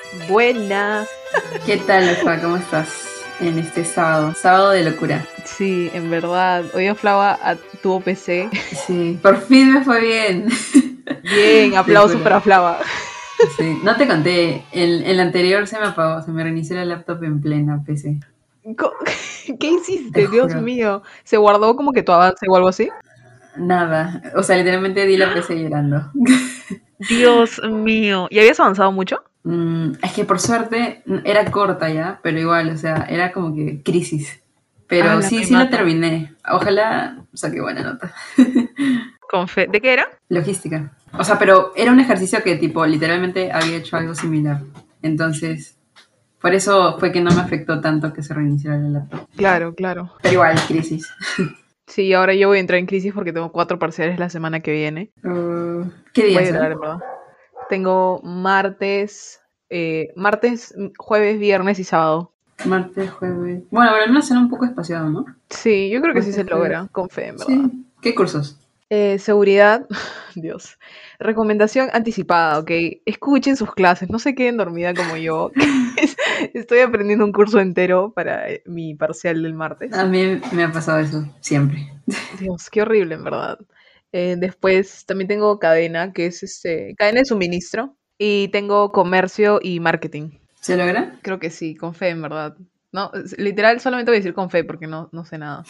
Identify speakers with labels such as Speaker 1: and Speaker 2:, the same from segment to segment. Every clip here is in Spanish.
Speaker 1: Buenas.
Speaker 2: ¿Qué tal, Ufa? ¿Cómo estás en este sábado? Sábado de locura.
Speaker 1: Sí, en verdad. Hoy día Flava tuvo PC.
Speaker 2: Sí, por fin me fue bien.
Speaker 1: Bien,
Speaker 2: Te
Speaker 1: aplausos
Speaker 2: juro.
Speaker 1: para Flava.
Speaker 2: Sí, no te conté. El anterior se me apagó, se me reinició la laptop en plena PC.
Speaker 1: Co- ¿Qué
Speaker 2: Te
Speaker 1: hiciste? Dios
Speaker 2: juro.
Speaker 1: mío. ¿Se guardó como que tu avance o algo así?
Speaker 2: Nada. O sea, literalmente di la PC llorando.
Speaker 1: Dios mío. ¿Y habías avanzado mucho?
Speaker 2: Es que por suerte era corta ya, pero igual, o sea, era como que crisis.
Speaker 1: Ah,
Speaker 2: Pero
Speaker 1: la
Speaker 2: sí,
Speaker 1: me
Speaker 2: sí la
Speaker 1: mata.
Speaker 2: terminé. Ojalá saque buena nota.
Speaker 1: Con fe. ¿De qué era?
Speaker 2: Logística. O sea, pero era un ejercicio que tipo literalmente había hecho algo similar. Entonces, por eso fue que no me afectó tanto que se reiniciara la laptop.
Speaker 1: Claro, claro.
Speaker 2: Pero igual, crisis.
Speaker 1: Sí, ahora yo voy a entrar en crisis porque tengo 4 parciales la semana que viene.
Speaker 2: ¿Qué
Speaker 1: Voy
Speaker 2: día
Speaker 1: a
Speaker 2: son?
Speaker 1: llorar, en verdad. Tengo martes, jueves, viernes y sábado.
Speaker 2: Martes, jueves. Bueno, pero al menos será un poco espaciado, ¿no?
Speaker 1: Sí, yo creo que sí
Speaker 2: Martes,
Speaker 1: se
Speaker 2: jueves.
Speaker 1: logra, con fe, en verdad.
Speaker 2: Sí. ¿Qué cursos?
Speaker 1: Seguridad, Dios. Recomendación anticipada, ¿ok? Escuchen sus clases, no se queden dormida como yo. Estoy aprendiendo un curso entero para mi parcial del martes.
Speaker 2: A mí me ha pasado eso siempre.
Speaker 1: Dios, qué horrible, en verdad. Después también tengo cadena, que es cadena de suministro. Y tengo comercio y marketing.
Speaker 2: ¿Se logra?
Speaker 1: Creo que sí, con fe, en verdad. No, literal, solamente voy a decir con fe porque no sé nada.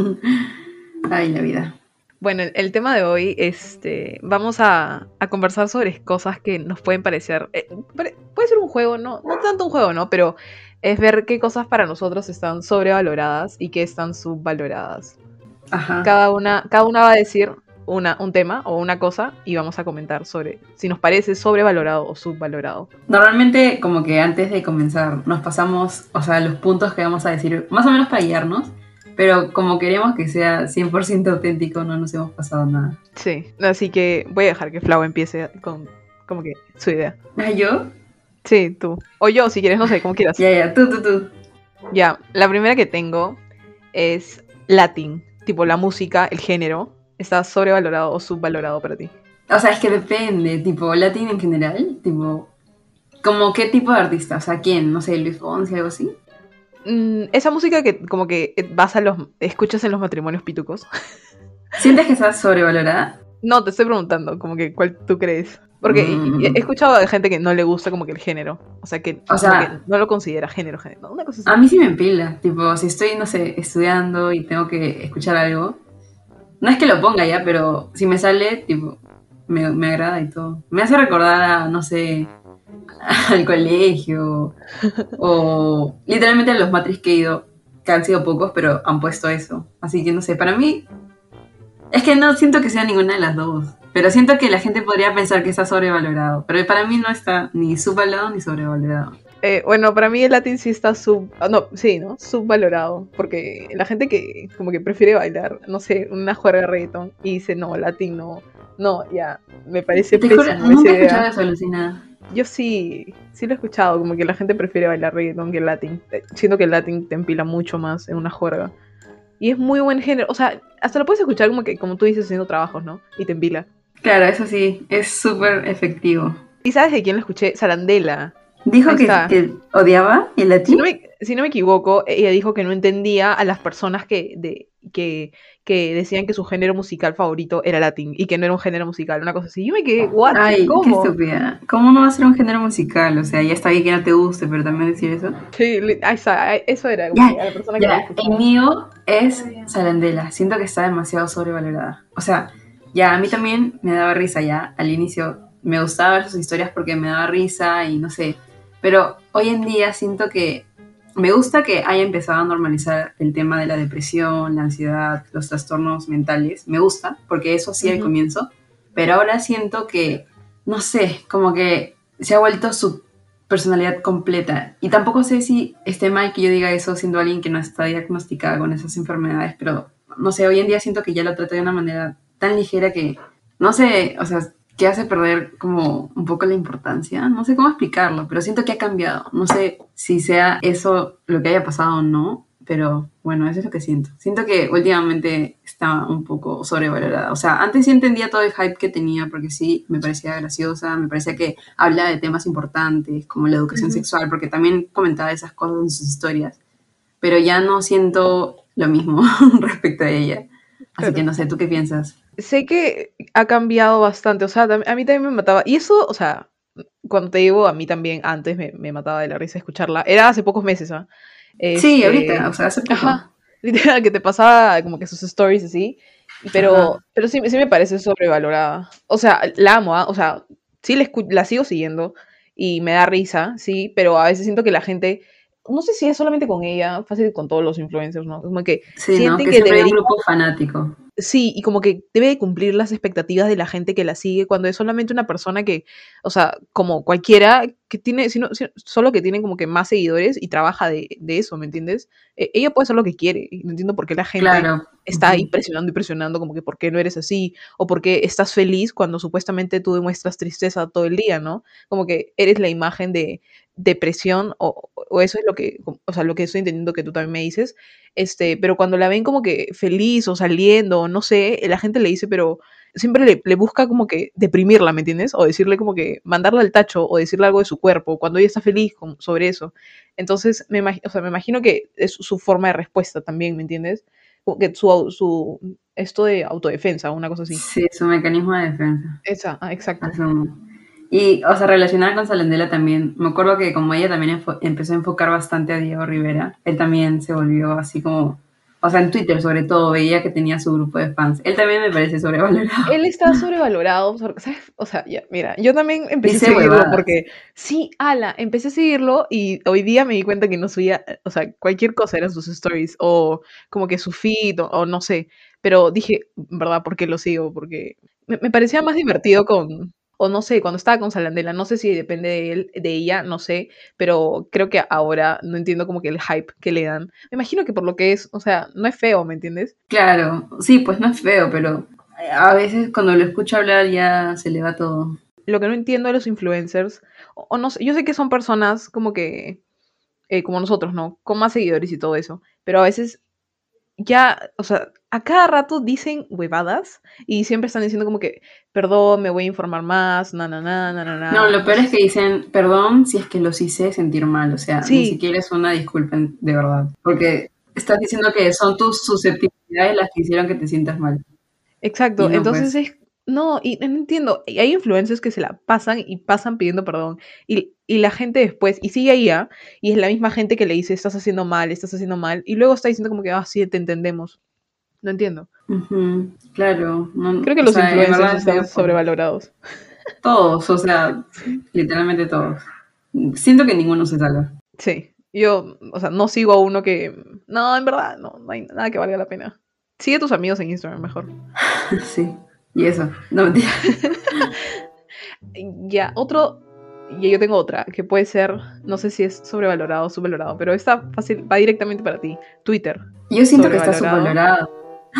Speaker 2: Ay, la vida.
Speaker 1: Bueno, el tema de hoy, vamos a conversar sobre cosas que nos pueden parecer, puede ser un juego, no tanto un juego, ¿no? Pero es ver qué cosas para nosotros están sobrevaloradas y qué están subvaloradas.
Speaker 2: Ajá.
Speaker 1: Cada una va a decir un tema o una cosa y vamos a comentar sobre si nos parece sobrevalorado o subvalorado.
Speaker 2: Normalmente, como que antes de comenzar, nos pasamos, o sea, los puntos que vamos a decir, más o menos para guiarnos, pero como queremos que sea 100% auténtico, no nos hemos pasado nada.
Speaker 1: Sí, así que voy a dejar que Flau empiece con como que su idea.
Speaker 2: ¿Ah, yo?
Speaker 1: Sí, tú. O yo, si quieres, no sé, como quieras.
Speaker 2: Ya, ya, tú.
Speaker 1: Ya, la primera que tengo es Latin, tipo la música, el género, ¿está sobrevalorado o subvalorado para ti?
Speaker 2: O sea, es que depende, tipo, latín en general, tipo, como qué tipo de artista, o sea, quién, no sé, Luis Fonsi, algo así.
Speaker 1: Esa música que como que escuchas en los matrimonios pitucos.
Speaker 2: ¿Sientes que está sobrevalorada?
Speaker 1: No, te estoy preguntando, como que cuál tú crees. Porque he
Speaker 2: Mm,
Speaker 1: escuchado de gente que no le gusta como que el género, o sea, que
Speaker 2: o
Speaker 1: como que
Speaker 2: sea,
Speaker 1: no lo considera género, ¿no? Una cosa
Speaker 2: a
Speaker 1: así.
Speaker 2: mí sí me empila, tipo, si estoy, no sé, estudiando y tengo que escuchar algo, no es que lo ponga ya, pero si me sale, tipo, me agrada y todo. Me hace recordar a, no sé, al colegio o literalmente a los matris que he ido, que han sido pocos, pero han puesto eso. Así que no sé, para mí es que no siento que sea ninguna de las dos, pero siento que la gente podría pensar que está sobrevalorado, pero para mí no está ni subvalorado ni sobrevalorado.
Speaker 1: Bueno, para mí el Latin sí está no, sí, ¿no? Subvalorado, porque la gente que como que prefiere bailar, no sé, una juerga de reggaetón y dice, no, Latin no, ya, me parece
Speaker 2: Te juro,
Speaker 1: pésimo esa
Speaker 2: nunca he escuchado
Speaker 1: idea.
Speaker 2: eso, Alucina.
Speaker 1: Yo sí lo he escuchado, como que la gente prefiere bailar reggaetón que el Latin. Siento que el Latin te empila mucho más en una juerga. Y es muy buen género, o sea, hasta lo puedes escuchar como que, como tú dices, haciendo trabajos, ¿no? Y te empila.
Speaker 2: Claro, eso sí, es súper efectivo.
Speaker 1: ¿Y sabes de quién lo escuché? Sarandela.
Speaker 2: Dijo
Speaker 1: Ahí está.
Speaker 2: que odiaba el
Speaker 1: si
Speaker 2: latín.
Speaker 1: no me, si no me equivoco, ella dijo que no entendía a las personas que decían que su género musical favorito era latín y que no era un género musical, una cosa así. Yo me quedé, ¿what?
Speaker 2: Ay, qué
Speaker 1: ¿Cómo?
Speaker 2: estúpida. ¿Cómo no va a ser un género musical? O sea, ya está bien que no te guste, pero también decir eso.
Speaker 1: Sí, ahí está, eso era como
Speaker 2: Ya,
Speaker 1: que a la persona que lo había
Speaker 2: ya, el
Speaker 1: escuchado.
Speaker 2: mío es Sarandela. Siento que está demasiado sobrevalorada. O sea, ya a mí también me daba risa ya. Al inicio me gustaba ver sus historias porque me daba risa y no sé. Pero hoy en día siento que me gusta que haya empezado a normalizar el tema de la depresión, la ansiedad, los trastornos mentales. Me gusta, porque eso sí al
Speaker 1: Ujú.
Speaker 2: comienzo. Pero ahora siento que, no sé, como que se ha vuelto su personalidad completa. Y tampoco sé si esté mal que yo diga eso siendo alguien que no está diagnosticada con esas enfermedades, pero no sé, hoy en día siento que ya lo trato de una manera tan ligera que, no sé, o sea, que hace perder como un poco la importancia. No sé cómo explicarlo, pero siento que ha cambiado. No sé si sea eso lo que haya pasado o no, pero bueno, eso es lo que siento. Siento que últimamente está un poco sobrevalorada. O sea, antes sí entendía todo el hype que tenía, porque sí, me parecía graciosa, me parecía que hablaba de temas importantes, como la educación
Speaker 1: Ujú.
Speaker 2: sexual, porque también comentaba esas cosas en sus historias, pero ya no siento lo mismo respecto a ella. Así que
Speaker 1: Claro.
Speaker 2: no sé, ¿tú qué piensas?
Speaker 1: Sé que ha cambiado bastante, o sea, a mí también me mataba. Y eso, o sea, cuando te digo, a mí también antes me mataba de la risa escucharla. Era hace pocos meses, ¿ah?
Speaker 2: Sí, ahorita, o
Speaker 1: Este,
Speaker 2: sea, hace poco.
Speaker 1: ajá, literal, que te pasaba como que sus stories así,
Speaker 2: Ajá.
Speaker 1: pero sí, sí me parece sobrevalorada. O sea, la amo, ¿ah? O sea, sí la sigo siguiendo y me da risa, sí, pero a veces siento que la gente, no sé si es solamente con ella, fácil con todos los influencers, ¿no? Como que
Speaker 2: Sí, ¿no?
Speaker 1: sienten
Speaker 2: Que
Speaker 1: que
Speaker 2: siempre hay un
Speaker 1: debería.
Speaker 2: grupo fanático.
Speaker 1: Sí, y como que debe de cumplir las expectativas de la gente que la sigue cuando es solamente una persona que, o sea, como cualquiera que tiene, solo que tiene como que más seguidores y trabaja de eso, ¿me entiendes? Ella puede hacer lo que quiere y no entiendo por qué la gente
Speaker 2: Claro.
Speaker 1: está ahí
Speaker 2: Ujú.
Speaker 1: presionando y presionando como que por qué no eres así o por qué estás feliz cuando supuestamente tú demuestras tristeza todo el día, ¿no? Como que eres la imagen de depresión o eso es lo que, o sea, lo que estoy entendiendo que tú también me dices pero cuando la ven como que feliz o saliendo, no sé, la gente le dice, pero siempre le busca como que deprimirla, ¿me entiendes? O decirle como que mandarla al tacho o decirle algo de su cuerpo cuando ella está feliz sobre eso. Entonces, o sea, me imagino que es su forma de respuesta también, ¿me entiendes? Como que esto de autodefensa, una cosa así.
Speaker 2: Sí, su mecanismo de defensa.
Speaker 1: Esa, exacto.
Speaker 2: Asumo. Y, o sea, relacionada con Salandela también, me acuerdo que como ella también empezó a enfocar bastante a Diego Rivera, él también se volvió así como, o sea, en Twitter sobre todo, veía que tenía su grupo de fans. Él también me parece sobrevalorado.
Speaker 1: Él está sobrevalorado, ¿sabes? O sea, ya, mira, yo también empecé a
Speaker 2: Dice
Speaker 1: seguirlo
Speaker 2: huevadas.
Speaker 1: porque, sí, ala, empecé a seguirlo y hoy día me di cuenta que no subía, o sea, cualquier cosa eran sus stories o como que su feed o no sé, pero dije, ¿verdad? ¿Por qué lo sigo? Porque me parecía más divertido o no sé, cuando estaba con Salandela, no sé si depende de él, de ella, no sé, pero creo que ahora no entiendo como que el hype que le dan. Me imagino que por lo que es, o sea, no es feo, ¿me entiendes?
Speaker 2: Claro, sí, pues no es feo, pero a veces cuando lo escucho hablar ya se le va todo.
Speaker 1: Lo que no entiendo de los influencers, o no sé, yo sé que son personas como que, como nosotros, ¿no? Con más seguidores y todo eso, pero a veces ya, o sea, a cada rato dicen huevadas y siempre están diciendo como que, perdón, me voy a informar más,
Speaker 2: No, lo
Speaker 1: no
Speaker 2: peor
Speaker 1: sé
Speaker 2: es que
Speaker 1: si.
Speaker 2: dicen, perdón si es que los hice sentir mal, o sea, ni
Speaker 1: Sí,
Speaker 2: siquiera es una disculpa de verdad, porque estás diciendo que son tus susceptibilidades las que hicieron que te sientas mal. Y
Speaker 1: exacto,
Speaker 2: no,
Speaker 1: entonces
Speaker 2: pues,
Speaker 1: no, y no entiendo, y hay influencers que se la pasan y pasan pidiendo perdón, y la gente después, y sigue ahí, ¿ah? Y es la misma gente que le dice, estás haciendo mal, y luego está diciendo como que, ah, sí, te entendemos. No entiendo.
Speaker 2: ujú, claro, no,
Speaker 1: Creo que
Speaker 2: o
Speaker 1: los
Speaker 2: sea, en
Speaker 1: influencers
Speaker 2: verdad es
Speaker 1: están
Speaker 2: medio por
Speaker 1: sobrevalorados.
Speaker 2: todos, o sea,
Speaker 1: Sí.
Speaker 2: literalmente todos. Siento que ninguno se salva.
Speaker 1: Sí. Yo, o sea, no sigo a uno que. No, en verdad, no hay nada que valga la pena. Sigue a tus amigos en Instagram mejor.
Speaker 2: Sí, y eso, no mentira.
Speaker 1: Ya, otro. Y yo tengo otra, que puede ser, no sé si es sobrevalorado o subvalorado, pero está fácil, va directamente para ti. Twitter.
Speaker 2: Yo siento que está
Speaker 1: ¿Sobrevalorado?
Speaker 2: subvalorado.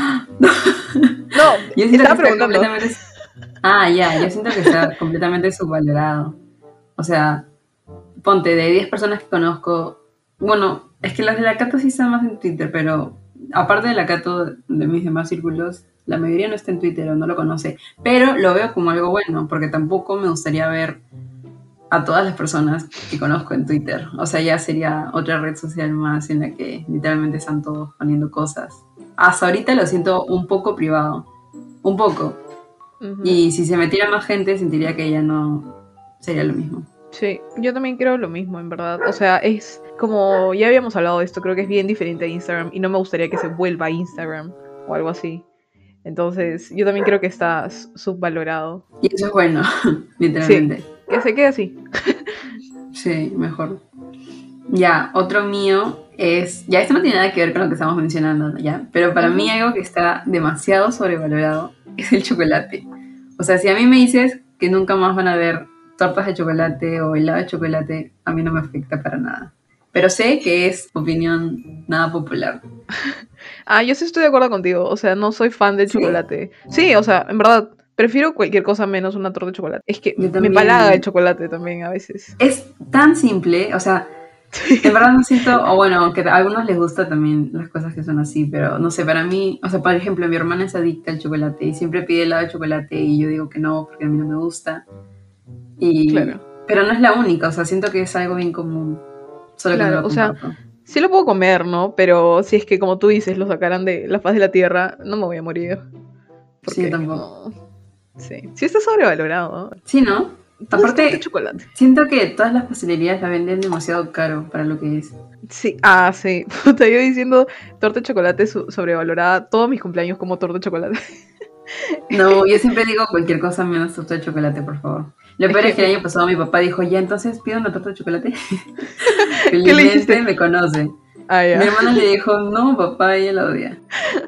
Speaker 1: No,
Speaker 2: Yo siento que
Speaker 1: estaba
Speaker 2: está
Speaker 1: preguntando.
Speaker 2: completamente. Ah, ya, yo siento que está completamente subvalorado. O sea, ponte, de 10 personas que conozco, bueno, es que las de la Cato sí están más en Twitter, pero aparte de la Cato, de mis demás círculos, la mayoría no está en Twitter o no lo conoce, pero lo veo como algo bueno, porque tampoco me gustaría ver a todas las personas que conozco en Twitter. O sea, ya sería otra red social más en la que literalmente están todos poniendo cosas. Hasta ahorita lo siento un poco privado, un poco.
Speaker 1: Ujú.
Speaker 2: Y si se metiera más gente, sentiría que ya no sería lo mismo.
Speaker 1: Sí, yo también creo lo mismo, en verdad. O sea, es como ya habíamos hablado de esto, creo que es bien diferente a Instagram y no me gustaría que se vuelva a Instagram o algo así. Entonces, yo también creo que está subvalorado.
Speaker 2: Y eso es bueno,
Speaker 1: Sí,
Speaker 2: literalmente.
Speaker 1: que se quede así.
Speaker 2: Sí, mejor. Ya, otro mío es, ya esto no tiene nada que ver con lo que estamos mencionando, ¿no? Ya, pero para mí
Speaker 1: Ujú.
Speaker 2: algo que está demasiado sobrevalorado es el chocolate. O sea, si a mí me dices que nunca más van a haber tortas de chocolate o helado de chocolate, a mí no me afecta para nada. Pero sé que es opinión nada popular.
Speaker 1: Ah, yo sí estoy de acuerdo contigo. O sea, no soy fan del
Speaker 2: Sí,
Speaker 1: chocolate. Sí, o sea, en verdad, prefiero cualquier cosa menos una torta de chocolate. Es que
Speaker 2: yo
Speaker 1: me empalaga el
Speaker 2: también.
Speaker 1: chocolate también a veces.
Speaker 2: Es tan simple, o sea, En verdad no siento, o bueno, que a algunos les gusta también las cosas que son así, pero no sé, para mí, o sea, por ejemplo, mi hermana es adicta al chocolate y siempre pide helado de chocolate y yo digo que no, porque a mí no me gusta. Y,
Speaker 1: Claro,
Speaker 2: pero no es la única, o sea, siento que es algo bien común, solo que no
Speaker 1: claro.
Speaker 2: lo
Speaker 1: O sea,
Speaker 2: comparto.
Speaker 1: sí lo puedo comer, ¿no? Pero si es que, como tú dices, lo sacaran de la faz de la tierra, no me voy a morir.
Speaker 2: Sí, yo
Speaker 1: Porque
Speaker 2: tampoco.
Speaker 1: no. Sí. Sí está sobrevalorado.
Speaker 2: Sí, ¿no?
Speaker 1: Todo es torta de
Speaker 2: Aparte,
Speaker 1: chocolate.
Speaker 2: siento que todas las pastelerías la venden demasiado caro para lo que es.
Speaker 1: Sí, sí. Puta, yo diciendo torta de chocolate sobrevalorada. Todos mis cumpleaños como torta de chocolate.
Speaker 2: No, yo siempre digo cualquier cosa menos torta de chocolate, por favor. Lo
Speaker 1: Es
Speaker 2: peor
Speaker 1: que
Speaker 2: es que el año pasado mi papá dijo, ya, entonces pido una torta de chocolate.
Speaker 1: ¿Qué le
Speaker 2: Felizmente
Speaker 1: dijiste?
Speaker 2: me conoce. Mi
Speaker 1: Ya.
Speaker 2: hermana le dijo, no, papá, ella la odia.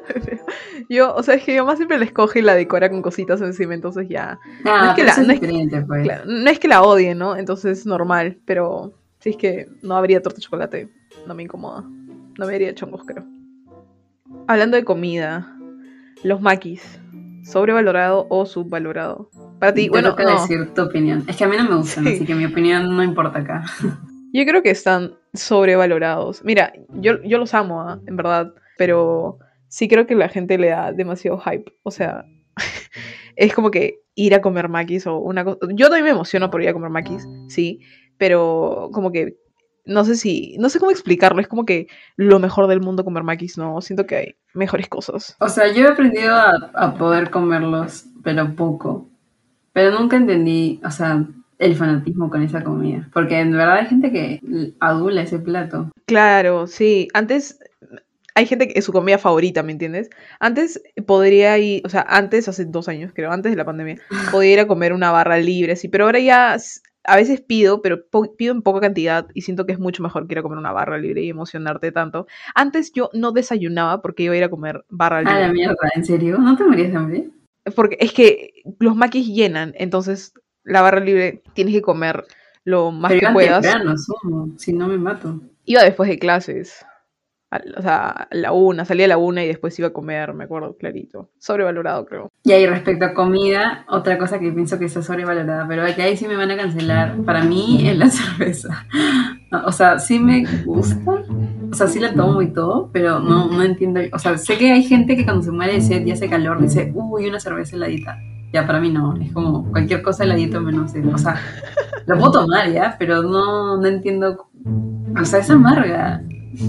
Speaker 1: Yo, o sea, es que mi mamá siempre la escoge y la decora con cositas encima, entonces ya. No es
Speaker 2: Ah,
Speaker 1: que
Speaker 2: pero
Speaker 1: la,
Speaker 2: eso es
Speaker 1: no es,
Speaker 2: diferente, pues.
Speaker 1: claro, no es que la odie, ¿no? Entonces es normal, pero si es que no habría torta de chocolate, no me incomoda. No me haría chongos, creo. Hablando de comida, los maquis, ¿sobrevalorado o subvalorado? Para ti,
Speaker 2: Te
Speaker 1: bueno,
Speaker 2: toca
Speaker 1: no.
Speaker 2: decir tu opinión. Es que a mí no me gustan,
Speaker 1: Sí,
Speaker 2: así que mi opinión no importa acá.
Speaker 1: yo creo que están sobrevalorados. Mira, yo los amo, en verdad, pero sí creo que la gente le da demasiado hype. O sea, es como que ir a comer maquis o una cosa. Yo también me emociono por ir a comer maquis, sí, pero como que no sé cómo explicarlo. Es como que lo mejor del mundo comer maquis, no. Siento que hay mejores cosas.
Speaker 2: O sea, yo he aprendido a poder comerlos, pero poco. Pero nunca entendí, o sea, el fanatismo con esa comida. Porque en verdad hay gente que adula ese plato.
Speaker 1: Claro, sí. Antes hay gente que es su comida favorita, ¿me entiendes? Antes podría ir, o sea, antes, hace 2 años, creo, antes de la pandemia, podía ir a comer una barra libre, sí, pero ahora ya a veces pido, pero pido en poca cantidad y siento que es mucho mejor que ir a comer una barra libre y emocionarte tanto. Antes yo no desayunaba porque iba a ir a comer barra
Speaker 2: A la
Speaker 1: libre,
Speaker 2: mierda, ¿en serio? ¿No te morías de hambre?
Speaker 1: porque es que los maquis llenan, entonces la barra libre tienes que comer lo más
Speaker 2: Pero
Speaker 1: que
Speaker 2: iban
Speaker 1: puedas.
Speaker 2: temprano, sumo, si no me mato.
Speaker 1: Iba después de clases. O sea, a la una, salía a la una y después iba a comer, me acuerdo clarito. Sobrevalorado, creo.
Speaker 2: Y ahí respecto a comida, otra cosa que pienso que está sobrevalorada, pero que ahí sí me van a cancelar, para mí es la cerveza. O sea, sí me gusta, o sea, sí la tomo y todo, pero no entiendo. O sea, sé que hay gente que cuando se muere de sed y hace calor dice, uy, una cerveza heladita. Ya, para mí no, es como cualquier cosa heladito menos sed. O sea, lo puedo tomar ya, pero no entiendo. O sea, es amarga.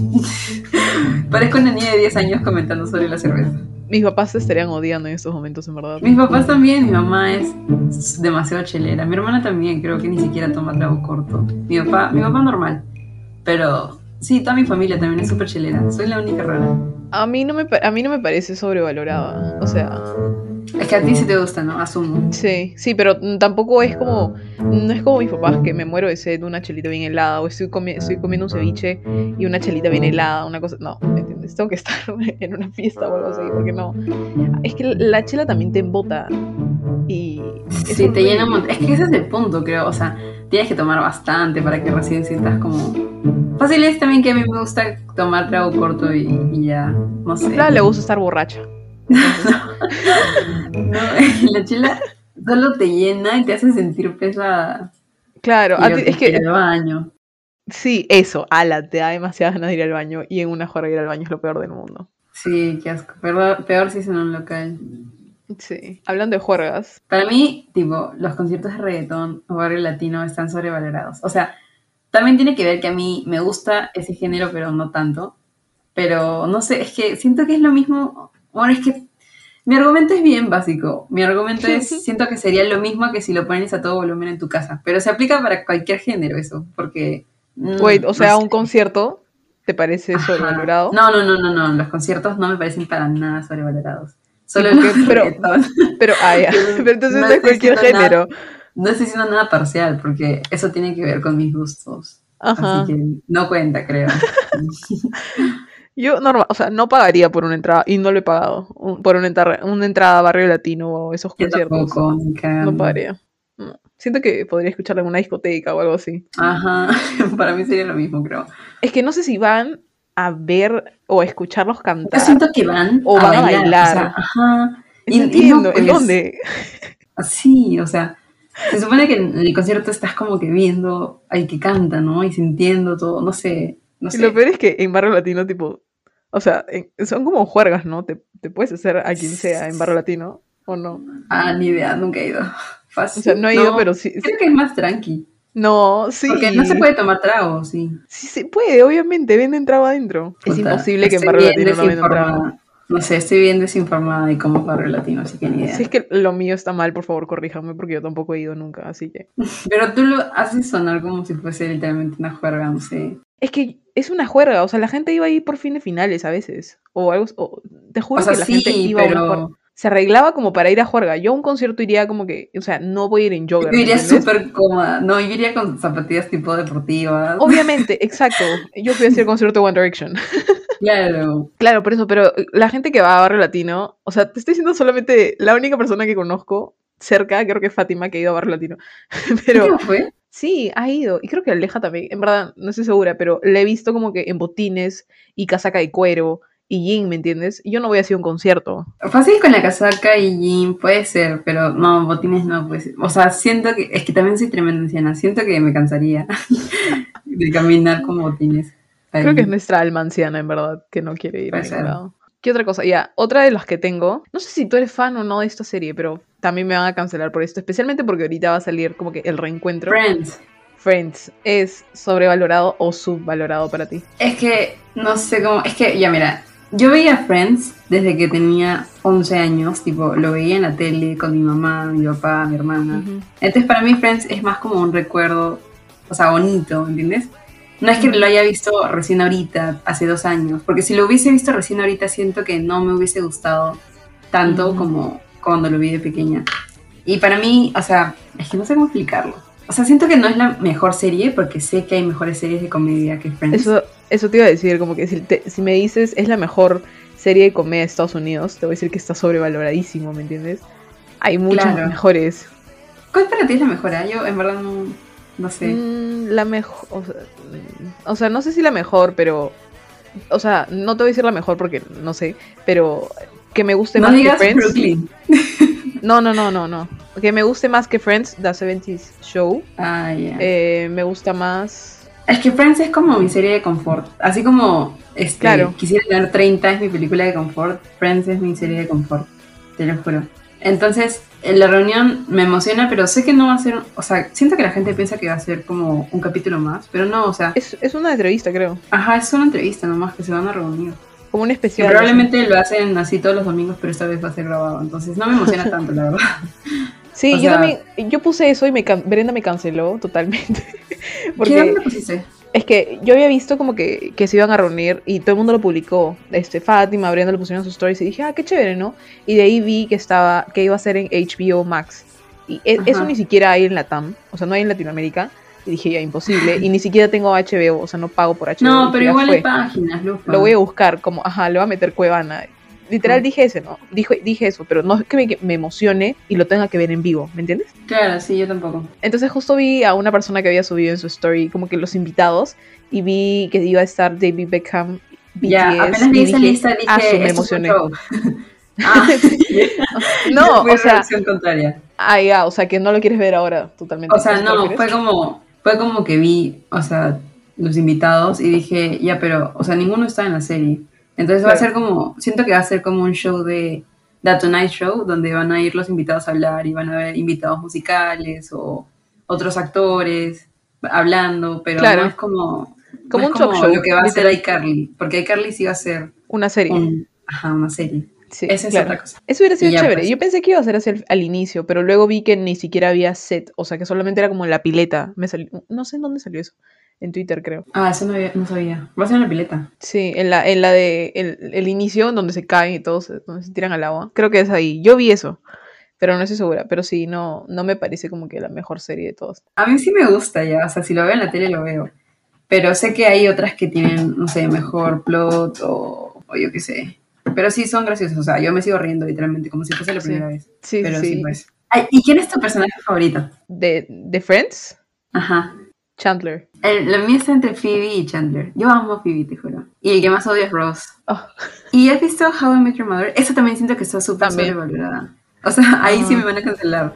Speaker 2: Parezco una niña de 10 años comentando sobre la cerveza.
Speaker 1: Mis papás te estarían odiando en estos momentos, en verdad.
Speaker 2: Mis papás también, mi mamá es demasiado chelera. Mi hermana también, creo que ni siquiera toma trago corto. Mi papá normal. Pero sí, toda mi familia también es súper chelera. Soy la única rara.
Speaker 1: A mí no me parece sobrevalorada. O sea,
Speaker 2: Es que a ti sí te gusta, ¿no? Asumo.
Speaker 1: sí, sí, pero tampoco es como, no es como mis papás que me muero de sed, una chelita bien helada, o estoy comiendo un ceviche y una chelita bien helada, una cosa, no, ¿me entiendes? Tengo que estar en una fiesta o algo así, porque no. Es que la chela también te embota y es
Speaker 2: Sí, te llena un
Speaker 1: horrible.
Speaker 2: montón. Es que ese es el punto, creo. O sea, tienes que tomar bastante para que recién sientas como... Fácil es también que a mí me gusta tomar trago corto y ya, no
Speaker 1: A
Speaker 2: sé.
Speaker 1: Fla le gusta estar borracha. Entonces,
Speaker 2: No, la chela solo te llena y te hace sentir pesada.
Speaker 1: claro,
Speaker 2: Y yo
Speaker 1: es
Speaker 2: que quiero
Speaker 1: que
Speaker 2: ir al baño.
Speaker 1: sí, eso, te da demasiadas ganas de ir al baño y en una hora ir al baño es lo peor del mundo.
Speaker 2: Sí, qué asco. Peor si es en un local.
Speaker 1: Sí, hablando de juergas,
Speaker 2: Para mí, tipo, los conciertos de reggaetón o barrio latino están sobrevalorados. O sea, también tiene que ver que a mí me gusta ese género, pero no tanto. Pero no sé, es que siento que es lo mismo. Bueno, es que mi argumento es bien básico. Mi argumento es, siento que sería lo mismo que si lo pones a todo volumen en tu casa. Pero se aplica para cualquier género eso, porque,
Speaker 1: wait, o
Speaker 2: no
Speaker 1: sea,
Speaker 2: sé.
Speaker 1: un concierto, ¿te parece
Speaker 2: Ajá.
Speaker 1: sobrevalorado?
Speaker 2: No. Los conciertos no me parecen para nada sobrevalorados. Solo
Speaker 1: Tipo
Speaker 2: los
Speaker 1: que,
Speaker 2: de reggaetón.
Speaker 1: ya,
Speaker 2: Que
Speaker 1: pero entonces
Speaker 2: no
Speaker 1: no es
Speaker 2: estoy
Speaker 1: cualquier
Speaker 2: diciendo nada,
Speaker 1: género.
Speaker 2: no estoy diciendo nada parcial, porque eso tiene que ver con mis gustos. Así
Speaker 1: Ajá.
Speaker 2: que no cuenta, creo.
Speaker 1: Yo normal, o sea, no pagaría por una entrada, y no lo he pagado, por una entrada a Barrio Latino o esos
Speaker 2: Yo
Speaker 1: conciertos.
Speaker 2: tampoco, ni
Speaker 1: No
Speaker 2: cagando.
Speaker 1: pagaría. No. Siento que podría escucharla en una discoteca o algo así.
Speaker 2: Ajá, para mí sería lo mismo, creo.
Speaker 1: Es que no sé si van a ver o a escucharlos
Speaker 2: Yo
Speaker 1: cantar
Speaker 2: siento que van
Speaker 1: o
Speaker 2: a
Speaker 1: van a
Speaker 2: bailar, o sea,
Speaker 1: bailar.
Speaker 2: ajá.
Speaker 1: No
Speaker 2: Y no,
Speaker 1: entiendo, ¿en
Speaker 2: pues,
Speaker 1: dónde?
Speaker 2: sí, o sea. Se supone que en el concierto estás como que viendo al que canta, ¿no? Y sintiendo todo, no sé, no
Speaker 1: Y lo
Speaker 2: sé.
Speaker 1: peor es que en Barrio Latino, tipo, o sea, son como juergas, ¿no? Te puedes hacer a quien sea en Barrio Latino, ¿o no?
Speaker 2: Ah, ni idea, nunca he ido.
Speaker 1: O sea,
Speaker 2: ¿Fácil?
Speaker 1: no he ido,
Speaker 2: No,
Speaker 1: pero sí,
Speaker 2: creo que es más tranqui.
Speaker 1: no,
Speaker 2: Porque no se
Speaker 1: sí.
Speaker 2: puede tomar trago, sí.
Speaker 1: Sí se puede, obviamente, venden trago adentro. Es
Speaker 2: Puta,
Speaker 1: imposible que en
Speaker 2: estoy
Speaker 1: Barrio
Speaker 2: bien
Speaker 1: Latino no vendan trago.
Speaker 2: desinformada. No sé, estoy bien desinformada de cómo es Barrio Latino, así que ni
Speaker 1: Si es
Speaker 2: idea.
Speaker 1: que lo mío está mal, por favor, corríjame, porque yo tampoco he ido nunca, así que...
Speaker 2: Pero tú lo haces sonar como si fuese literalmente una juerga, no sé.
Speaker 1: Es que es una juerga, o sea, la gente iba ahí por fin de finales a veces. O algo, te
Speaker 2: O
Speaker 1: juro
Speaker 2: sea,
Speaker 1: que la gente
Speaker 2: sí,
Speaker 1: iba a una juerga.
Speaker 2: pero
Speaker 1: Se arreglaba como para ir a juerga. Yo a un concierto iría como que, o sea, no voy a ir en jogger,
Speaker 2: yo
Speaker 1: ¿me
Speaker 2: iría
Speaker 1: entiendes?
Speaker 2: súper cómoda. No, yo iría con zapatillas tipo deportivas.
Speaker 1: Obviamente, exacto. Yo fui a hacer el concierto de One Direction.
Speaker 2: Claro.
Speaker 1: Claro, por eso, pero la gente que va a Barrio Latino, o sea, te estoy diciendo solamente la única persona que conozco cerca, creo que es Fátima, que ha ido a Barrio Latino. Pero
Speaker 2: ¿Fátima fue?
Speaker 1: sí, ha ido. Y creo que Aleja también. En verdad, no estoy segura, pero le he visto como que en botines y casaca de cuero y jean, ¿me entiendes? Y yo no voy a hacer un concierto.
Speaker 2: Fácil con la casaca y jean, puede ser, pero no, botines no puede ser. O sea, siento que, es que también soy tremenda anciana, siento que me cansaría de caminar con botines
Speaker 1: Creo que es
Speaker 2: ahí,
Speaker 1: nuestra alma anciana, en verdad, que no quiere ir a
Speaker 2: puede
Speaker 1: ningún
Speaker 2: ser.
Speaker 1: lado. ¿Qué otra cosa? Ya, otra de las que tengo, no sé si tú eres fan o no de esta serie, pero también me van a cancelar por esto, especialmente porque ahorita va a salir como que el reencuentro.
Speaker 2: Friends.
Speaker 1: Friends, ¿es sobrevalorado o subvalorado para ti?
Speaker 2: Es que, no sé cómo, es que, ya mira, yo veía Friends desde que tenía 11 años, tipo, lo veía en la tele con mi mamá, mi papá, mi hermana.
Speaker 1: Ujú,
Speaker 2: Entonces para mí Friends es más como un recuerdo, o sea, bonito, ¿entiendes? No es que lo
Speaker 1: ujú,
Speaker 2: haya visto recién ahorita, hace 2 años, porque si lo hubiese visto recién ahorita siento que no me hubiese gustado tanto
Speaker 1: ujú.
Speaker 2: como cuando lo vi de pequeña. Y para mí, o sea, es que no sé cómo explicarlo. O sea, siento que no es la mejor serie porque sé que hay mejores series de comedia que Friends.
Speaker 1: Eso te iba a decir, como que si me dices es la mejor serie de comedia de Estados Unidos, te voy a decir que está sobrevaloradísimo, ¿me entiendes? Hay muchas
Speaker 2: Claro.
Speaker 1: mejores.
Speaker 2: ¿Cuál para ti es la mejor? Yo en verdad no, no sé.
Speaker 1: La mejor, o sea, no sé si la mejor, pero, o sea, no te voy a decir la mejor porque no sé, pero que me guste
Speaker 2: No
Speaker 1: más que
Speaker 2: digas
Speaker 1: Friends.
Speaker 2: Brooklyn.
Speaker 1: No, no, no, no, no. Que me guste más que Friends, The 70s Show.
Speaker 2: Ah, ya.
Speaker 1: Me gusta más.
Speaker 2: Es que Friends es como mi serie de confort. Así como
Speaker 1: Claro,
Speaker 2: quisiera tener 30 es mi película de confort, Friends es mi serie de confort. Te lo juro. Entonces, en la reunión me emociona, pero sé que no va a ser. O sea, siento que la gente piensa que va a ser como un capítulo más, pero no, o sea.
Speaker 1: es una entrevista, creo.
Speaker 2: Ajá, es una entrevista nomás que se van a reunir.
Speaker 1: Como un
Speaker 2: Que
Speaker 1: especial, así.
Speaker 2: probablemente lo hacen así todos los domingos, pero esta vez va a ser grabado. Entonces no me emociona tanto, la verdad. O
Speaker 1: Sí, yo
Speaker 2: sea,
Speaker 1: también, yo puse eso y Brenda me canceló totalmente.
Speaker 2: ¿qué dónde
Speaker 1: Porque
Speaker 2: lo pusiste?
Speaker 1: es que yo había visto como que se iban a reunir y todo el mundo lo publicó. Fátima, Brenda lo pusieron en sus stories y dije, ah, qué chévere, ¿no? Y de ahí vi que iba a ser en HBO Max. Y eso
Speaker 2: Ajá.
Speaker 1: ni siquiera hay en Latam, o sea, no hay en Latinoamérica. Y dije, ya, imposible. Y ni siquiera tengo HBO, o sea, no pago por HBO. Y
Speaker 2: No,
Speaker 1: dije,
Speaker 2: pero
Speaker 1: ya
Speaker 2: igual hay
Speaker 1: fue.
Speaker 2: páginas,
Speaker 1: Lo voy
Speaker 2: Lufa.
Speaker 1: a buscar, como, ajá, le voy a meter Cuevana. Literal
Speaker 2: Ajá.
Speaker 1: dije ese, ¿no? Dije eso, pero no es que me emocione y lo tenga que ver en vivo, ¿me entiendes?
Speaker 2: Claro, sí, yo tampoco.
Speaker 1: Entonces justo vi a una persona que había subido en su story como que los invitados y vi que iba a estar David Beckham,
Speaker 2: Ya,
Speaker 1: BTS
Speaker 2: apenas vi
Speaker 1: y
Speaker 2: esa
Speaker 1: dije,
Speaker 2: lista
Speaker 1: ah,
Speaker 2: dije,
Speaker 1: me
Speaker 2: esto es un
Speaker 1: emocioné.
Speaker 2: show. Ah, yo
Speaker 1: No,
Speaker 2: fui
Speaker 1: o sea,
Speaker 2: reacción contraria.
Speaker 1: ya, o sea, que no lo quieres ver ahora
Speaker 2: O
Speaker 1: totalmente. ¿A
Speaker 2: sea,
Speaker 1: eso te
Speaker 2: no,
Speaker 1: refieres?
Speaker 2: fue como que vi, o sea, los invitados y dije, ya, pero, o sea, ninguno está en la serie. Entonces va a
Speaker 1: Claro,
Speaker 2: ser como, siento que va a ser como un show de The Tonight Show, donde van a ir los invitados a hablar y van a haber invitados musicales o otros actores hablando, pero no
Speaker 1: claro,
Speaker 2: es como, no
Speaker 1: como
Speaker 2: es
Speaker 1: un talk
Speaker 2: como lo
Speaker 1: show,
Speaker 2: que va a hacer
Speaker 1: literal,
Speaker 2: iCarly, porque iCarly sí va a ser
Speaker 1: una serie.
Speaker 2: una serie.
Speaker 1: Sí,
Speaker 2: Esa es
Speaker 1: claro.
Speaker 2: otra cosa.
Speaker 1: Eso hubiera
Speaker 2: Y
Speaker 1: sido
Speaker 2: ya
Speaker 1: chévere.
Speaker 2: pues.
Speaker 1: Yo pensé que iba a ser así al inicio, pero luego vi que ni siquiera había set, o sea, que solamente era como la pileta. No sé en dónde salió eso. En Twitter, creo.
Speaker 2: Ah, eso no sabía. Va a ser en la pileta.
Speaker 1: Sí, en la de el inicio, donde se caen y todos, donde se tiran al agua. Creo que es ahí. Yo vi eso, pero no estoy segura. Pero sí, no me parece como que la mejor serie de todas.
Speaker 2: A mí sí me gusta ya, o sea, si lo veo en la tele lo veo. Pero sé que hay otras que tienen, no sé, mejor plot o yo qué sé. Pero sí son graciosos, o sea, yo me sigo riendo literalmente, como si fuese la
Speaker 1: Sí,
Speaker 2: primera vez.
Speaker 1: sí, sí,
Speaker 2: Pero sí,
Speaker 1: sí.
Speaker 2: pues. Ay, ¿y quién es tu personaje favorito?
Speaker 1: De Friends,
Speaker 2: Ajá.
Speaker 1: Chandler.
Speaker 2: La mía está entre Phoebe y Chandler. Yo amo a Phoebe, te juro. Y el que más odio es Ross.
Speaker 1: Oh,
Speaker 2: ¿Y has visto How I Met Your Mother? Eso también siento que está súper
Speaker 1: también.
Speaker 2: sobrevalorada. O sea, ahí sí me
Speaker 1: Ah,
Speaker 2: van a cancelar.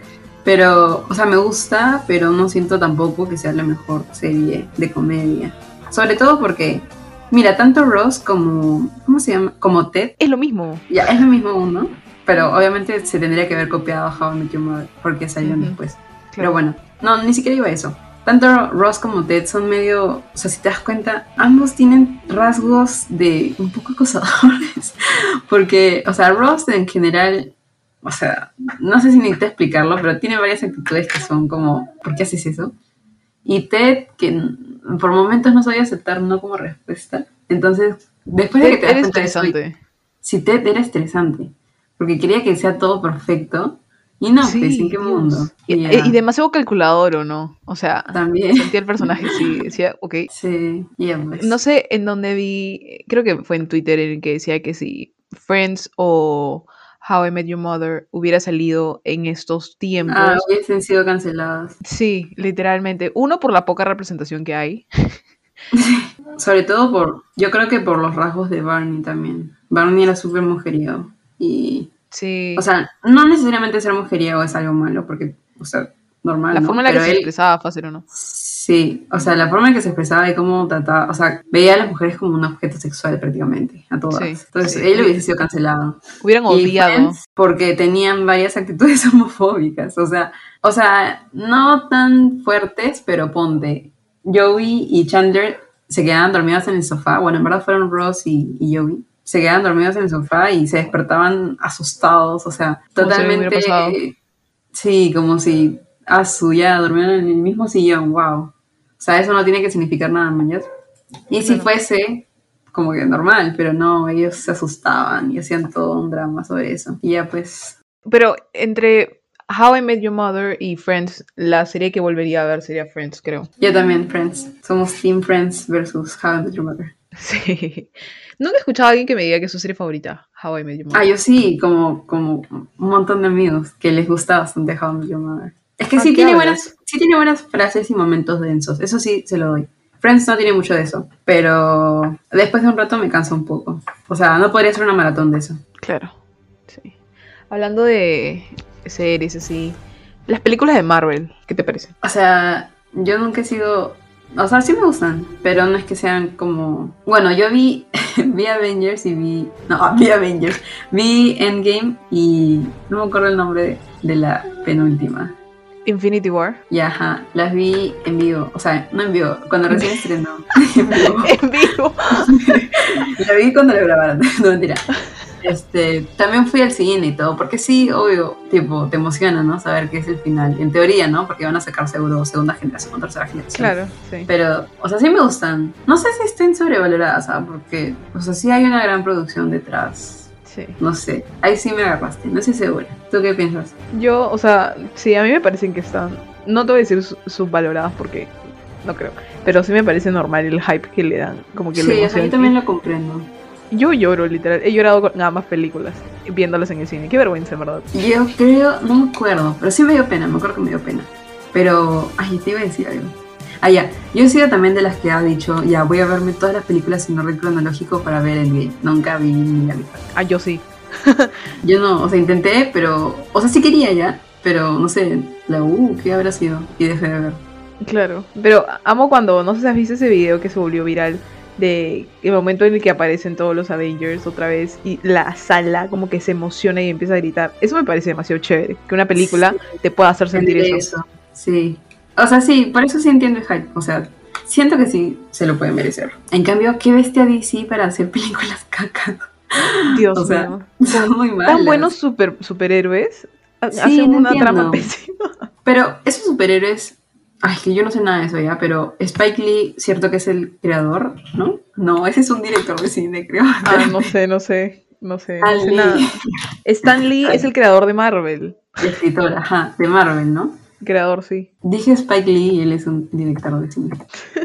Speaker 2: Pero, o sea, me gusta, pero no siento tampoco que sea la mejor serie de comedia. Sobre todo porque, mira, tanto Ross como, ¿cómo se llama? Como Ted,
Speaker 1: Es lo mismo.
Speaker 2: ya es lo mismo uno, pero obviamente se tendría que haber copiado a How I Met Your Mother porque salieron después. Pero bueno, no, ni siquiera iba a eso. Tanto Ross como Ted son medio, o sea, si te das cuenta, ambos tienen rasgos de un poco acosadores. Porque, o sea, Ross en general, o sea, no sé si necesito explicarlo, pero tiene varias actitudes que son como, ¿por qué haces eso? Y Ted, que por momentos no sabía aceptar no como respuesta. Entonces, después de que te das
Speaker 1: Eres
Speaker 2: cuenta de eso,
Speaker 1: estresante.
Speaker 2: si Ted era estresante, porque quería que sea todo perfecto, y no, pues, ¿en
Speaker 1: Sí,
Speaker 2: qué mundo?
Speaker 1: Dios.
Speaker 2: Y
Speaker 1: Y
Speaker 2: ya,
Speaker 1: demasiado calculador, ¿o no? O sea,
Speaker 2: también,
Speaker 1: sentía el personaje, sí, decía, ok.
Speaker 2: sí, y ya
Speaker 1: No
Speaker 2: pues.
Speaker 1: sé en dónde vi, creo que fue en Twitter en el que decía que si Friends o How I Met Your Mother hubiera salido en estos
Speaker 2: Ah,
Speaker 1: tiempos,
Speaker 2: hubiesen sido canceladas.
Speaker 1: sí, literalmente. Uno, por la poca representación que hay.
Speaker 2: Sobre todo por, yo creo que por los rasgos de Barney también. Barney era súper mujeriego. Y, o
Speaker 1: Sí,
Speaker 2: sea, no necesariamente ser mujeriego es algo malo, porque, o sea,
Speaker 1: la
Speaker 2: normal,
Speaker 1: forma
Speaker 2: ¿no?
Speaker 1: en la que
Speaker 2: Pero
Speaker 1: se
Speaker 2: él,
Speaker 1: expresaba fácil o no.
Speaker 2: sí, o sea, la forma en que se expresaba y cómo trataba, o sea, veía a las mujeres como un objeto sexual prácticamente, a
Speaker 1: Sí,
Speaker 2: todas. Entonces,
Speaker 1: sí.
Speaker 2: él hubiese sido cancelado.
Speaker 1: Hubieran
Speaker 2: Y
Speaker 1: odiado.
Speaker 2: Friends, porque tenían varias actitudes homofóbicas, o sea, no tan fuertes, pero ponte, Joey y Chandler se quedaban dormidos en el sofá, bueno, en verdad fueron Ross y Joey, se quedaban dormidos en el sofá y se despertaban asustados, o sea,
Speaker 1: Como si algo hubiera
Speaker 2: totalmente,
Speaker 1: pasado.
Speaker 2: sí, como si, ya durmieron en el mismo sillón, wow. O sea, eso no tiene que significar nada, mañana. Y si
Speaker 1: Claro.
Speaker 2: fuese, como que normal, pero no, ellos se asustaban y hacían todo un drama sobre eso. Y ya pues,
Speaker 1: Pero entre How I Met Your Mother y Friends, la serie que volvería a ver sería Friends, creo.
Speaker 2: yo también, Friends. Somos Team Friends versus How I Met Your Mother.
Speaker 1: Sí. Nunca he escuchado a alguien que me diga que es su serie favorita, How I Met Your
Speaker 2: Ah,
Speaker 1: Mother.
Speaker 2: yo sí, como un montón de amigos que les gusta bastante How I Met Your Mother. Es que
Speaker 1: ¿A qué hablas?
Speaker 2: sí tiene buenas frases y momentos densos, eso sí se lo doy. Friends no tiene mucho de eso, pero después de un rato me cansa un poco. O sea, no podría ser una maratón de eso.
Speaker 1: Claro, sí. Hablando de series así, las películas de Marvel, ¿qué te parecen?
Speaker 2: O sea, yo nunca he sido... O sea, sí me gustan, pero no es que sean como... Bueno, yo vi, vi Avengers y vi... No, vi Avengers. Vi Endgame y no me acuerdo el nombre de la penúltima.
Speaker 1: Infinity War.
Speaker 2: Y ajá, las vi en vivo. O sea, no en vivo, cuando recién estrenó. En vivo.
Speaker 1: En vivo.
Speaker 2: La vi cuando la grabaron. No, mentira. También fui al cine y todo, porque sí, obvio, tipo, te emociona, ¿no? Saber qué es el final. En teoría, ¿no? Porque van a sacar seguro segunda generación o tercera generación.
Speaker 1: Claro, sí.
Speaker 2: Pero, o sea, sí me gustan. No sé si estén sobrevaloradas, ¿sabes? Porque, o sea, sí hay una gran producción detrás.
Speaker 1: Sí.
Speaker 2: No sé, ahí sí me agarraste, no estoy segura. ¿Tú qué piensas?
Speaker 1: Yo, o sea, sí, a mí me parecen que están, no te voy a decir subvaloradas porque no creo, pero sí me parece normal el hype que le dan, como que la
Speaker 2: Sí, o sea,
Speaker 1: emoción.
Speaker 2: yo también lo comprendo.
Speaker 1: Yo lloro, literal, he llorado con ambas películas, viéndolas en el cine, qué vergüenza, en verdad.
Speaker 2: Yo creo, no me acuerdo, pero sí me dio pena, me acuerdo que me dio pena. Pero, ay, te iba a decir algo. Ah, ya, yo he sido también de las que ha dicho, ya, voy a verme todas las películas en orden cronológico para ver Endgame. Nunca vi ni la mitad.
Speaker 1: Ah, yo sí.
Speaker 2: Yo no, o sea, intenté, pero, o sea, sí quería ya, pero no sé, ¿qué habrá sido? Y dejé de ver.
Speaker 1: Claro, pero amo cuando, no sé si has visto ese video que se volvió viral de el momento en el que aparecen todos los Avengers otra vez y la sala como que se emociona y empieza a gritar. Eso me parece demasiado chévere, que una película te pueda hacer sentir eso.
Speaker 2: Sí. O sea, sí, por eso sí entiendo el hype. O sea, siento que sí se lo puede merecer. En cambio, qué bestia DC para hacer películas caca.
Speaker 1: Dios
Speaker 2: O sea,
Speaker 1: mío.
Speaker 2: son muy malas.
Speaker 1: Tan buenos superhéroes
Speaker 2: Sí,
Speaker 1: hacen
Speaker 2: no
Speaker 1: una trama
Speaker 2: entiendo.
Speaker 1: pésima.
Speaker 2: Pero esos superhéroes, ay, que yo no sé nada de eso ya, pero Spike Lee, cierto que es el creador, ¿no? No, ese es un director de cine, creo.
Speaker 1: Ah, no sé
Speaker 2: Stan
Speaker 1: nada.
Speaker 2: Lee,
Speaker 1: Stan Lee es el creador de Marvel.
Speaker 2: el escritor, ajá, de Marvel, ¿no?
Speaker 1: Creador, sí.
Speaker 2: Dije Spike Lee y él es un director de cine.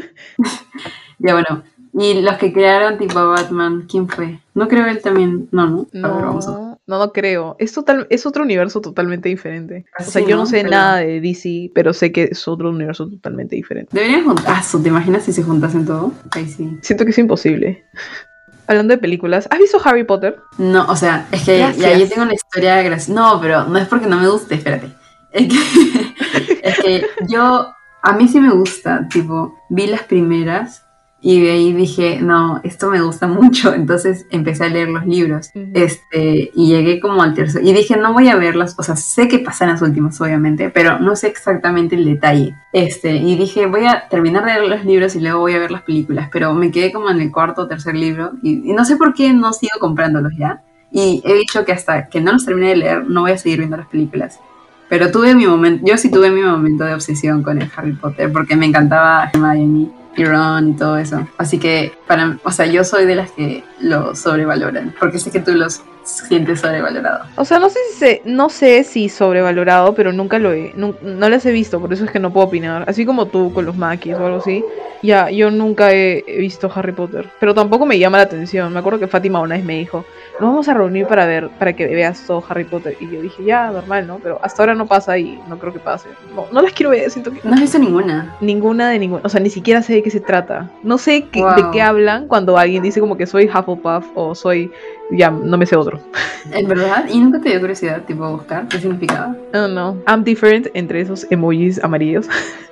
Speaker 2: Ya bueno, y los que crearon tipo Batman, ¿quién fue? No creo él también, no. A ver, vamos a ver.
Speaker 1: No creo. Es otro universo totalmente diferente. O sea,
Speaker 2: Así,
Speaker 1: yo no
Speaker 2: ¿no?
Speaker 1: sé
Speaker 2: Pero
Speaker 1: nada de DC, pero sé que es otro universo totalmente diferente.
Speaker 2: deberían juntarse, ¿te imaginas si se juntasen todo? Ahí sí.
Speaker 1: Siento que es imposible. Hablando de películas, ¿has visto Harry Potter?
Speaker 2: No, o sea, es que ya
Speaker 1: Gracias.
Speaker 2: yo tengo una historia graciosa. No, pero no es porque no me guste, espérate. Es que, es que a mí sí me gusta, tipo, vi las primeras y de ahí dije, no, esto me gusta mucho, entonces empecé a leer los libros,
Speaker 1: Ujú.
Speaker 2: y llegué como al tercero, y dije, no voy a verlas, o sea, sé que pasan las últimas, obviamente, pero no sé exactamente el detalle, y dije, voy a terminar de leer los libros y luego voy a ver las películas, pero me quedé como en el cuarto o tercer libro, y no sé por qué no sigo comprándolos ya, y he dicho que hasta que no los termine de leer, no voy a seguir viendo las películas. Pero tuve mi momento, yo sí tuve mi momento de obsesión con el Harry Potter porque me encantaba Hermione y Ron y todo eso. Así que o sea, yo soy de las que lo sobrevaloran, porque sé que tú los sientes sobrevalorado.
Speaker 1: O sea, no sé si sobrevalorado, pero nunca no las he visto, por eso es que no puedo opinar. Así como tú con los maquis o algo así. Ya, yo nunca he visto Harry Potter, pero tampoco me llama la atención. Me acuerdo que Fátima una vez me dijo, nos vamos a reunir para que veas todo Harry Potter. Y yo dije, ya, normal, ¿no? Pero hasta ahora no pasa y no creo que pase. No, no las quiero ver, siento que
Speaker 2: No has visto ninguna.
Speaker 1: ninguna de ninguna, o sea, ni siquiera sé de qué se trata. No sé de qué
Speaker 2: Wow.
Speaker 1: hablan cuando alguien dice como que soy Hufflepuff o soy, ya, no me sé otro.
Speaker 2: ¿En verdad? ¿Y nunca te dio curiosidad, tipo, buscar qué significaba?
Speaker 1: No, no. I'm different entre esos emojis amarillos.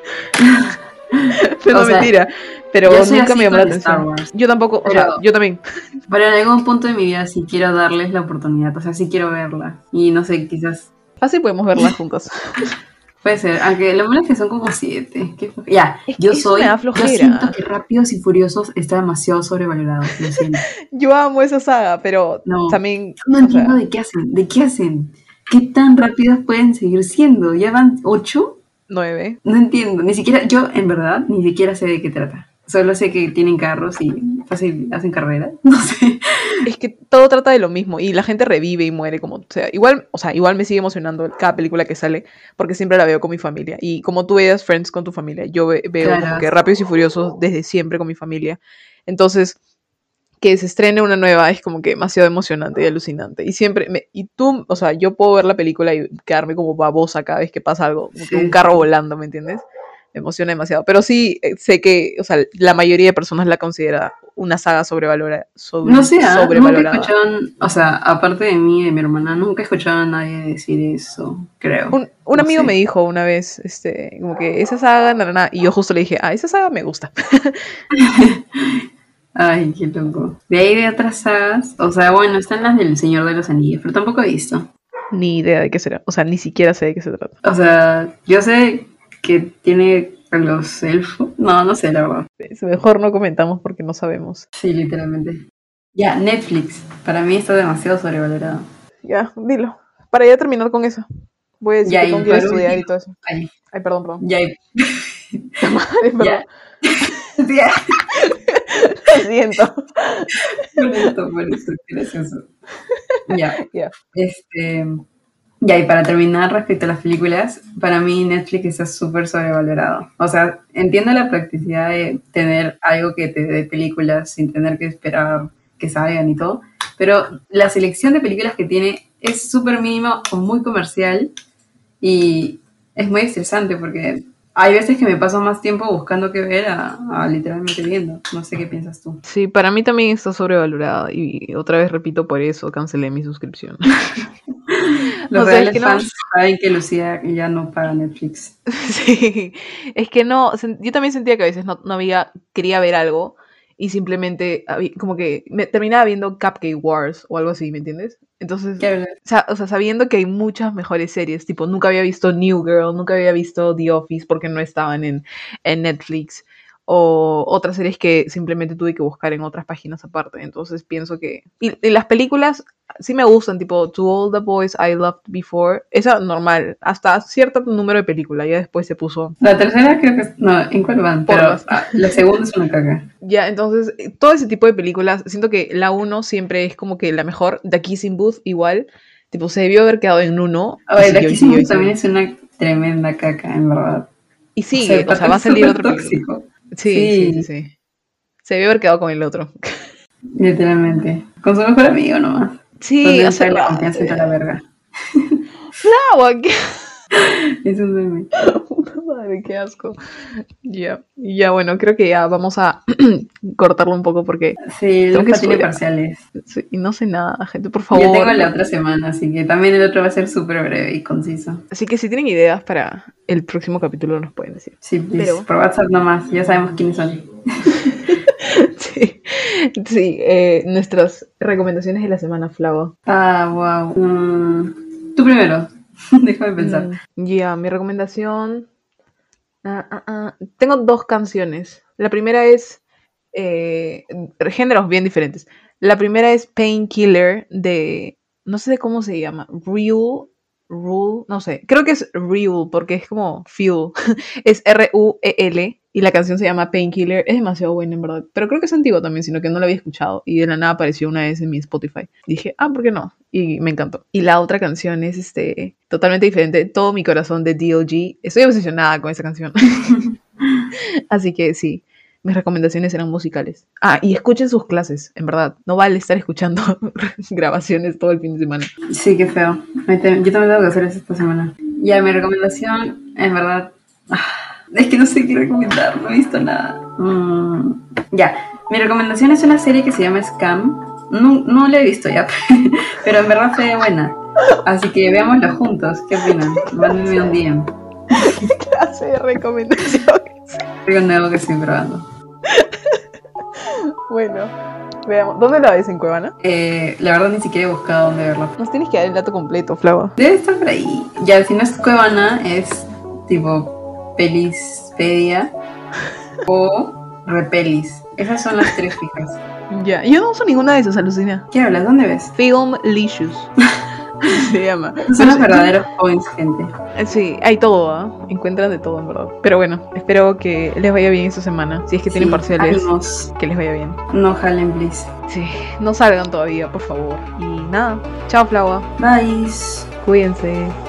Speaker 2: O
Speaker 1: No,
Speaker 2: sea,
Speaker 1: mentira.
Speaker 2: yo
Speaker 1: Pero
Speaker 2: soy
Speaker 1: nunca me
Speaker 2: así
Speaker 1: llamó la
Speaker 2: con Star
Speaker 1: atención.
Speaker 2: Wars,
Speaker 1: Yo tampoco, o sea,
Speaker 2: pero,
Speaker 1: yo también.
Speaker 2: pero en algún punto de mi vida sí quiero darles la oportunidad, o sea, sí quiero verla. Y no sé, quizás
Speaker 1: Fácil podemos verlas juntas.
Speaker 2: puede ser, aunque lo malo es que son como 7. Ya,
Speaker 1: Es que eso me da
Speaker 2: yo siento
Speaker 1: flojera.
Speaker 2: que Rápidos y Furiosos está demasiado sobrevalorado, lo siento.
Speaker 1: Yo amo esa saga, pero
Speaker 2: No,
Speaker 1: también,
Speaker 2: no
Speaker 1: o
Speaker 2: entiendo
Speaker 1: sea,
Speaker 2: de qué hacen, qué tan rápidos pueden seguir siendo. ¿Ya van 8?
Speaker 1: 9.
Speaker 2: No entiendo, ni siquiera, yo en verdad, ni siquiera sé de qué trata. Solo sé que tienen carros y hacen carreras, no sé.
Speaker 1: Es que todo trata de lo mismo y la gente revive y muere como, o sea, igual me sigue emocionando cada película que sale porque siempre la veo con mi familia y como tú veas Friends con tu familia, yo veo como
Speaker 2: Claro,
Speaker 1: que Rápidos y Furiosos desde siempre con mi familia. Entonces, que se estrene una nueva es como que demasiado emocionante y alucinante. Y y tú, o sea, yo puedo ver la película y quedarme como babosa cada vez que pasa algo, como que un
Speaker 2: sí,
Speaker 1: carro
Speaker 2: sí.
Speaker 1: volando, ¿me entiendes? Me emociona demasiado. Pero sí, sé que, o sea, la mayoría de personas la considera una saga
Speaker 2: No sé, nunca he
Speaker 1: sobrevalorada.
Speaker 2: escuchado, o sea, aparte de mí y de mi hermana, nunca he escuchado a nadie decir eso, creo.
Speaker 1: Un
Speaker 2: No
Speaker 1: amigo me
Speaker 2: sé.
Speaker 1: dijo una vez, como que esa saga, y yo justo le dije, esa saga me gusta.
Speaker 2: Ay, qué loco. De ahí de otras sagas, o sea, bueno, están las del Señor de los Anillos, pero tampoco he visto.
Speaker 1: Ni idea de qué será, o sea, ni siquiera sé de qué se trata.
Speaker 2: O sea, yo sé que tiene a los elfos. No, no sé, la verdad.
Speaker 1: Es mejor no comentamos porque no sabemos.
Speaker 2: Sí, literalmente. Ya, Netflix. Para mí está demasiado sobrevalorado.
Speaker 1: Ya, dilo. Para ya terminar con eso. Voy a decir
Speaker 2: Ya,
Speaker 1: que tengo
Speaker 2: y
Speaker 1: que ir a
Speaker 2: por
Speaker 1: estudiar
Speaker 2: último.
Speaker 1: y todo eso.
Speaker 2: Ay,
Speaker 1: Ay, perdón, perdón.
Speaker 2: ya,
Speaker 1: Madre,
Speaker 2: ya.
Speaker 1: perdón.
Speaker 2: Ya.
Speaker 1: Lo siento.
Speaker 2: Por eso, qué gracioso. Ya,
Speaker 1: Ya.
Speaker 2: este. Ya, y para terminar, respecto a las películas, para mí Netflix está súper sobrevalorado. O sea, entiendo la practicidad de tener algo que te dé películas sin tener que esperar que salgan y todo, pero la selección de películas que tiene es súper mínima o muy comercial y es muy estresante porque hay veces que me paso más tiempo buscando qué ver a literalmente viendo. No sé qué piensas tú.
Speaker 1: Sí, para mí también está sobrevalorada. Y otra vez repito, por eso cancelé mi suscripción.
Speaker 2: Los
Speaker 1: O sea, es
Speaker 2: reales
Speaker 1: que no.
Speaker 2: fans saben que Lucía ya no paga Netflix.
Speaker 1: Sí, es que no. Yo también sentía que a veces no había. Quería ver algo y simplemente como que me terminaba viendo Cupcake Wars o algo así, ¿me entiendes? Entonces,
Speaker 2: ¿Qué hablas?
Speaker 1: o sea, sabiendo que hay muchas mejores series, tipo, nunca había visto New Girl, nunca había visto The Office porque no estaban en Netflix, o otras series que simplemente tuve que buscar en otras páginas aparte. Entonces pienso que... Y las películas sí me gustan, tipo To All the Boys I Loved Before, esa normal, hasta cierto número de película, ya después se puso
Speaker 2: La tercera creo que no, ¿en cuál van?
Speaker 1: por
Speaker 2: Pero
Speaker 1: las...
Speaker 2: la segunda es una caca.
Speaker 1: Ya, entonces, todo ese tipo de películas, siento que la uno siempre es como que la mejor. The Kissing Booth, igual. Tipo, se debió haber quedado en uno
Speaker 2: A
Speaker 1: y
Speaker 2: ver,
Speaker 1: siguió
Speaker 2: aquí
Speaker 1: y siguió y
Speaker 2: también
Speaker 1: siguió.
Speaker 2: es una tremenda caca, en verdad.
Speaker 1: Y
Speaker 2: O sea,
Speaker 1: sigue,
Speaker 2: el
Speaker 1: o sea,
Speaker 2: pata
Speaker 1: va a
Speaker 2: es
Speaker 1: salir
Speaker 2: súper
Speaker 1: otra película.
Speaker 2: tóxico.
Speaker 1: Sí, sí, sí,
Speaker 2: Sí,
Speaker 1: sí. Se debió haber quedado con el otro.
Speaker 2: literalmente. Con su mejor amigo nomás.
Speaker 1: Sí,
Speaker 2: Donde
Speaker 1: hace
Speaker 2: entra la
Speaker 1: rato
Speaker 2: confianza y toda la
Speaker 1: ya.
Speaker 2: verga.
Speaker 1: Flower, ¿qué?
Speaker 2: Es un meme.
Speaker 1: Madre, qué asco. Ya, ya, bueno, creo que ya vamos a cortarlo un poco porque
Speaker 2: Sí,
Speaker 1: tengo que
Speaker 2: Lufa tiene
Speaker 1: estudiar.
Speaker 2: parciales.
Speaker 1: Sí, y no sé nada, gente, por
Speaker 2: Yo tengo
Speaker 1: favor.
Speaker 2: la otra semana, así que también el otro va a ser súper breve y conciso.
Speaker 1: Así que si tienen ideas para el próximo capítulo nos pueden decir.
Speaker 2: Sí, please,
Speaker 1: Pero,
Speaker 2: por WhatsApp nomás, ya sabemos quiénes son.
Speaker 1: sí, sí, nuestras recomendaciones de la semana, Flava.
Speaker 2: Ah, wow. Tú primero, déjame pensar.
Speaker 1: Ya, mi recomendación. Tengo dos canciones. La primera es géneros bien diferentes. La primera es Painkiller de, no sé cómo se llama, Rule, no sé, creo que es Real porque es como Fuel, es Ruel y la canción se llama Painkiller, es demasiado buena en verdad, pero creo que es antigua también, sino que no la había escuchado y de la nada apareció una vez en mi Spotify. Dije, ¿por qué no? Y me encantó. Y la otra canción es totalmente diferente, Todo mi corazón de D.O.G. Estoy obsesionada con esa canción. Así que sí, mis recomendaciones eran musicales. Y escuchen sus clases, en verdad. No vale estar escuchando grabaciones todo el fin de semana.
Speaker 2: Sí, qué feo. Yo también tengo que hacer eso esta semana. Ya, mi recomendación, en verdad, es que no sé qué recomendar, no he visto nada. Ya, mi recomendación es una serie que se llama Scam. No la he visto ya, pero en verdad fue buena. Así que veámoslo juntos. ¿Qué opinan? Mándenme un DM.
Speaker 1: ¿Qué clase de recomendaciones?
Speaker 2: Algo nuevo que estoy probando.
Speaker 1: Bueno, veamos. ¿Dónde la ves en Cuevana?
Speaker 2: La verdad ni siquiera he buscado dónde verlo.
Speaker 1: Nos tienes que dar el dato completo, Flava.
Speaker 2: Debe estar por ahí. Ya, si no es Cuevana, es tipo Pelispedia o Repelis. Esas son las tres fijas.
Speaker 1: Ya, yo no uso ninguna de esas, alucina.
Speaker 2: ¿Qué hablas? ¿Dónde ves?
Speaker 1: Filmlicious se llama.
Speaker 2: Son los verdaderos points, gente.
Speaker 1: Sí, hay todo, encuentran de todo en verdad. Pero bueno, espero que les vaya bien esta semana. Si es que tienen parciales,
Speaker 2: ánimos.
Speaker 1: que les vaya bien.
Speaker 2: No jalen, please.
Speaker 1: Sí, no salgan todavía, por favor. Y nada, chao Flava.
Speaker 2: Bye.
Speaker 1: Cuídense.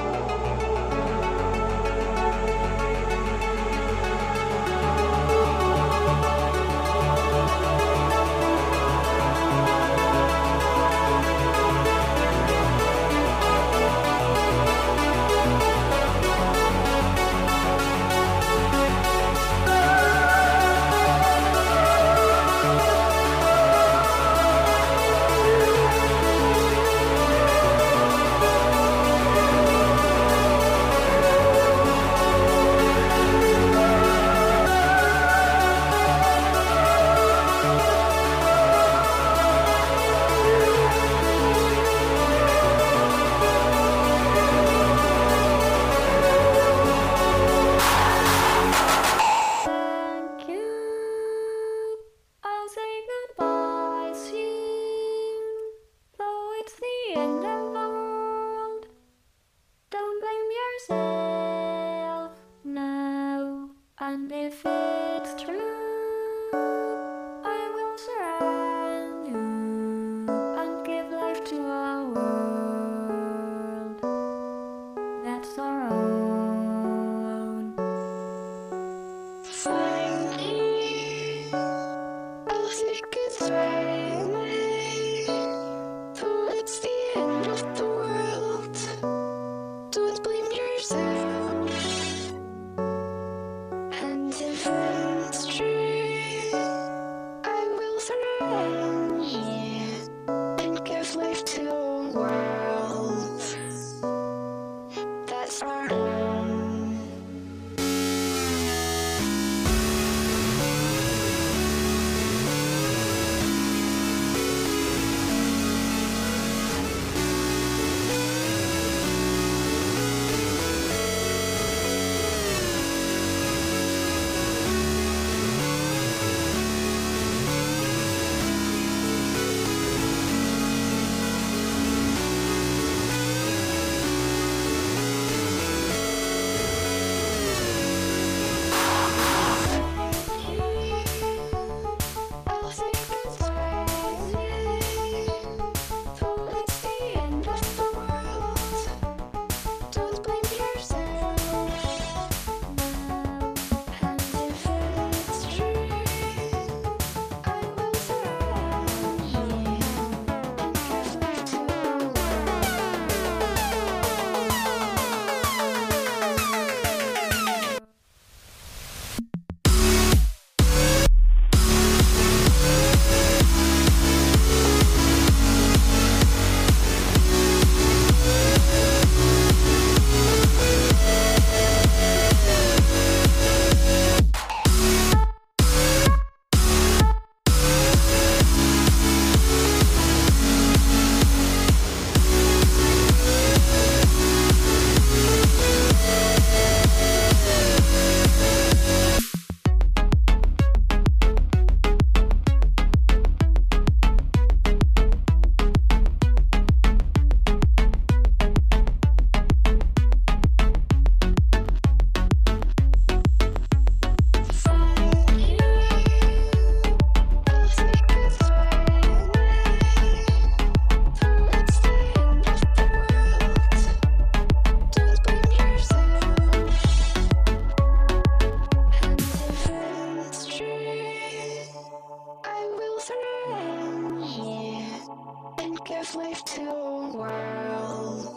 Speaker 3: free and give life to a world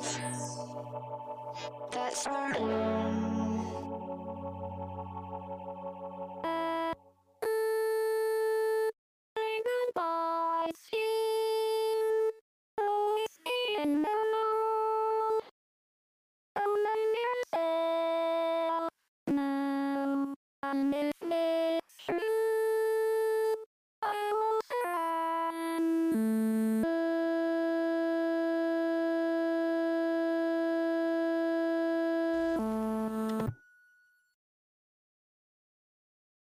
Speaker 3: that's our own. I'm